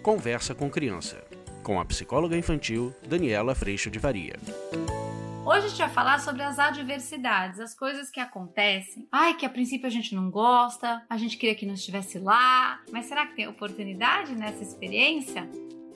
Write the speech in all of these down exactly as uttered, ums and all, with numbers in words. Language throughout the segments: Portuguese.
Conversa com Criança, com a psicóloga infantil Daniela Freixo de Varia. Hoje a gente vai falar sobre as adversidades, as coisas que acontecem. Ai, que a princípio a gente não gosta, a gente queria que não estivesse lá, mas será que tem oportunidade nessa experiência?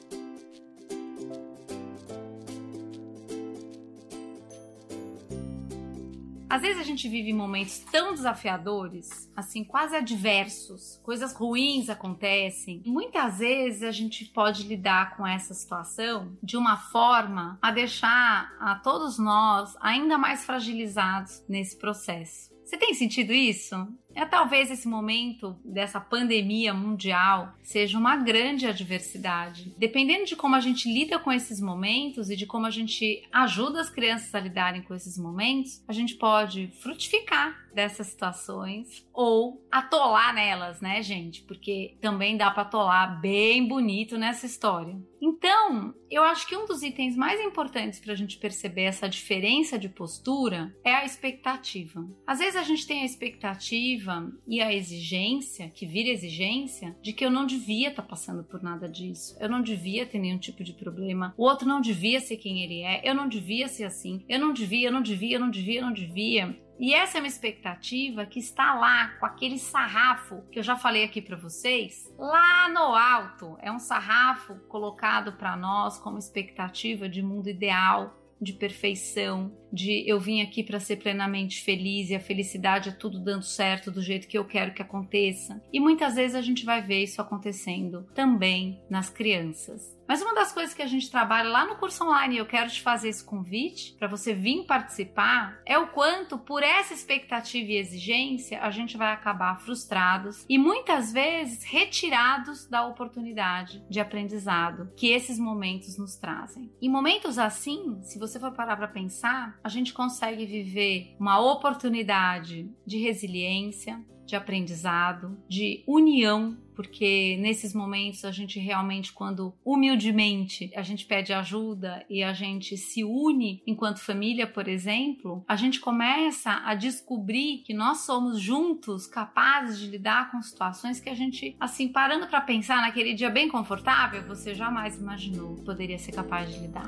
Às vezes a gente vive momentos tão desafiadores, assim, quase adversos, coisas ruins acontecem. Muitas vezes a gente pode lidar com essa situação de uma forma a deixar a todos nós ainda mais fragilizados nesse processo. Você tem sentido isso? É talvez esse momento dessa pandemia mundial seja uma grande adversidade. Dependendo de como a gente lida com esses momentos e de como a gente ajuda as crianças a lidarem com esses momentos, a gente pode frutificar dessas situações ou atolar nelas, né, gente? Porque também dá para atolar bem bonito nessa história. Então, eu acho que um dos itens mais importantes para a gente perceber essa diferença de postura é a expectativa. Às vezes a gente tem a expectativa e a exigência, que vira exigência, de que eu não devia estar passando por nada disso, eu não devia ter nenhum tipo de problema, o outro não devia ser quem ele é, eu não devia ser assim, eu não devia, eu não devia, eu não devia, eu não devia. E essa é uma expectativa que está lá, com aquele sarrafo que eu já falei aqui para vocês, lá no alto. É um sarrafo colocado para nós como expectativa de mundo ideal, de perfeição, de eu vim aqui para ser plenamente feliz e a felicidade é tudo dando certo do jeito que eu quero que aconteça. E muitas vezes a gente vai ver isso acontecendo também nas crianças. Mas uma das coisas que a gente trabalha lá no curso online, e eu quero te fazer esse convite para você vir participar, é o quanto por essa expectativa e exigência a gente vai acabar frustrados e muitas vezes retirados da oportunidade de aprendizado que esses momentos nos trazem. Em momentos assim, se você for parar para pensar, a gente consegue viver uma oportunidade de resiliência, de aprendizado, de união, porque nesses momentos a gente realmente, quando humildemente a gente pede ajuda e a gente se une enquanto família, por exemplo, a gente começa a descobrir que nós somos juntos capazes de lidar com situações que a gente, assim, parando para pensar naquele dia bem confortável, você jamais imaginou que poderia ser capaz de lidar.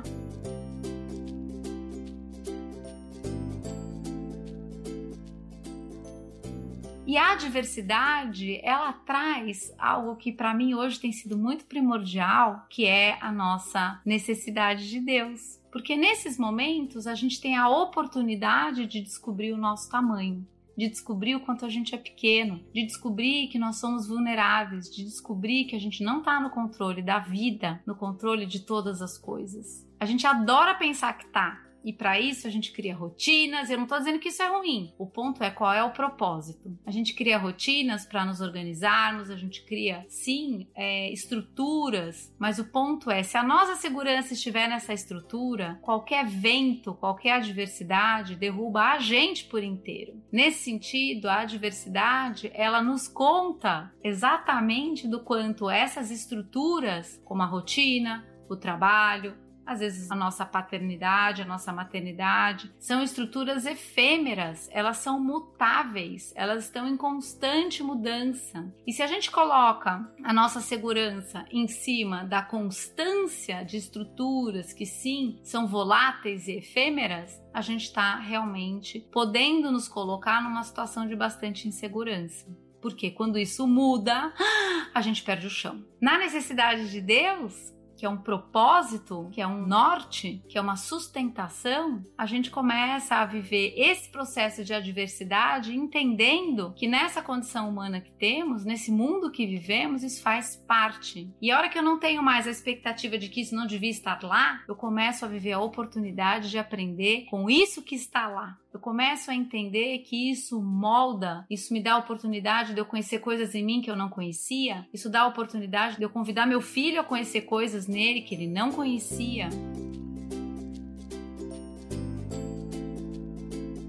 E a adversidade, ela traz algo que para mim hoje tem sido muito primordial, que é a nossa necessidade de Deus. Porque nesses momentos a gente tem a oportunidade de descobrir o nosso tamanho, de descobrir o quanto a gente é pequeno, de descobrir que nós somos vulneráveis, de descobrir que a gente não está no controle da vida, no controle de todas as coisas. A gente adora pensar que tá. E para isso a gente cria rotinas. Eu não estou dizendo que isso é ruim. O ponto é qual é o propósito. A gente cria rotinas para nos organizarmos, a gente cria, sim, é, estruturas, mas o ponto é, se a nossa segurança estiver nessa estrutura, qualquer vento, qualquer adversidade derruba a gente por inteiro. Nesse sentido, a adversidade, ela nos conta exatamente do quanto essas estruturas, como a rotina, o trabalho, às vezes a nossa paternidade, a nossa maternidade, são estruturas efêmeras, elas são mutáveis, elas estão em constante mudança. E se a gente coloca a nossa segurança em cima da constância de estruturas que sim, são voláteis e efêmeras, a gente está realmente podendo nos colocar numa situação de bastante insegurança. Porque quando isso muda, a gente perde o chão. Na necessidade de Deus, que é um propósito, que é um norte, que é uma sustentação, a gente começa a viver esse processo de adversidade entendendo que nessa condição humana que temos, nesse mundo que vivemos, isso faz parte. E a hora que eu não tenho mais a expectativa de que isso não devia estar lá, eu começo a viver a oportunidade de aprender com isso que está lá. Eu começo a entender que isso molda, isso me dá a oportunidade de eu conhecer coisas em mim que eu não conhecia, isso dá a oportunidade de eu convidar meu filho a conhecer coisas nele que ele não conhecia.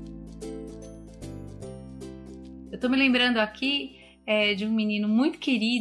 Eu tô me lembrando aqui é, de um menino muito querido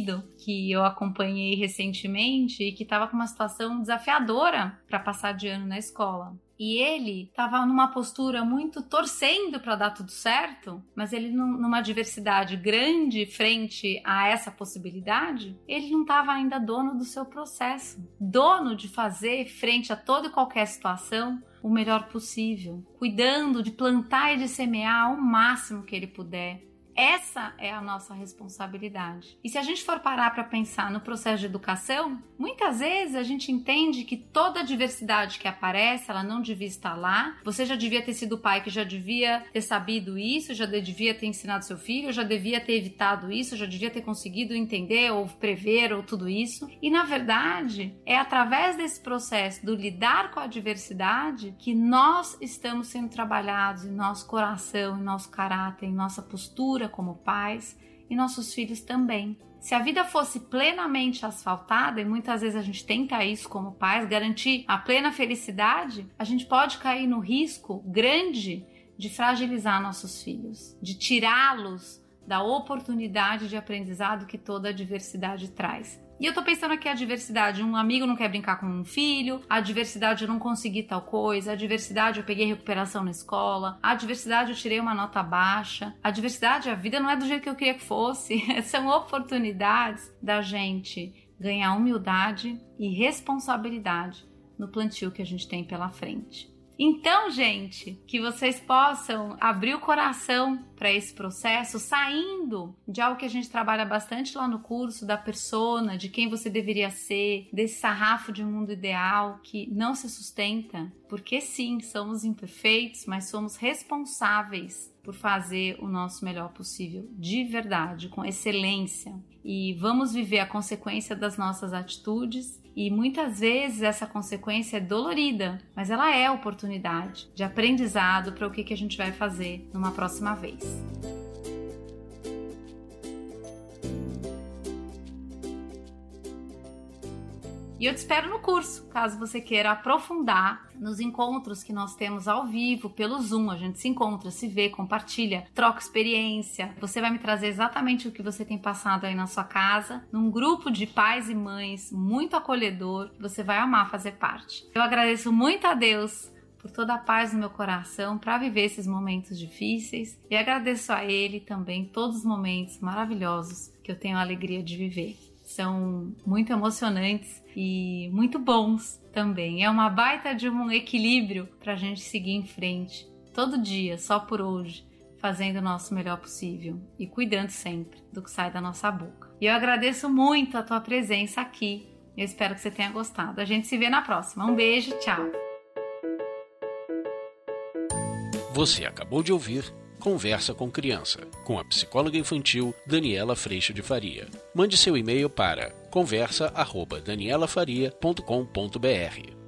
que eu acompanhei recentemente e que estava com uma situação desafiadora para passar de ano na escola. E ele estava numa postura muito torcendo para dar tudo certo, mas ele numa adversidade grande frente a essa possibilidade, ele não estava ainda dono do seu processo, dono de fazer frente a toda e qualquer situação o melhor possível, cuidando de plantar e de semear ao máximo que ele puder. Essa é a nossa responsabilidade. E se a gente for parar para pensar no processo de educação, muitas vezes a gente entende que toda a diversidade que aparece, ela não devia estar lá. Você já devia ter sido o pai que já devia ter sabido isso, já devia ter ensinado seu filho, já devia ter evitado isso, já devia ter conseguido entender ou prever ou tudo isso. E na verdade, é através desse processo do lidar com a diversidade que nós estamos sendo trabalhados em nosso coração, em nosso caráter, em nossa postura como pais e nossos filhos também. Se a vida fosse plenamente asfaltada, e muitas vezes a gente tenta isso como pais, garantir a plena felicidade, a gente pode cair no risco grande de fragilizar nossos filhos, de tirá-los da oportunidade de aprendizado que toda a diversidade traz. E eu tô pensando aqui a diversidade, um amigo não quer brincar com um filho, a diversidade eu não consegui tal coisa, a diversidade eu peguei recuperação na escola, a diversidade eu tirei uma nota baixa, a diversidade, a vida não é do jeito que eu queria que fosse. São oportunidades da gente ganhar humildade e responsabilidade no plantio que a gente tem pela frente. Então, gente, que vocês possam abrir o coração para esse processo, saindo de algo que a gente trabalha bastante lá no curso, da persona, de quem você deveria ser, desse sarrafo de um mundo ideal que não se sustenta, porque sim, somos imperfeitos, mas somos responsáveis por fazer o nosso melhor possível, de verdade, com excelência. E vamos viver a consequência das nossas atitudes. E muitas vezes essa consequência é dolorida, mas ela é a oportunidade de aprendizado para o que, que a gente vai fazer numa próxima vez. E eu te espero no curso, caso você queira aprofundar nos encontros que nós temos ao vivo, pelo Zoom. A gente se encontra, se vê, compartilha, troca experiência. Você vai me trazer exatamente o que você tem passado aí na sua casa, num grupo de pais e mães muito acolhedor. Você vai amar fazer parte. Eu agradeço muito a Deus por toda a paz no meu coração para viver esses momentos difíceis e agradeço a Ele também todos os momentos maravilhosos que eu tenho a alegria de viver. São muito emocionantes e muito bons também. É uma baita de um equilíbrio para a gente seguir em frente, todo dia, só por hoje, fazendo o nosso melhor possível e cuidando sempre do que sai da nossa boca. E eu agradeço muito a tua presença aqui. Eu espero que você tenha gostado. A gente se vê na próxima. Um beijo, tchau! Você acabou de ouvir Conversa com Criança, com a psicóloga infantil Daniela Freixo de Faria. Mande seu e-mail para conversa arroba daniela faria ponto com ponto br.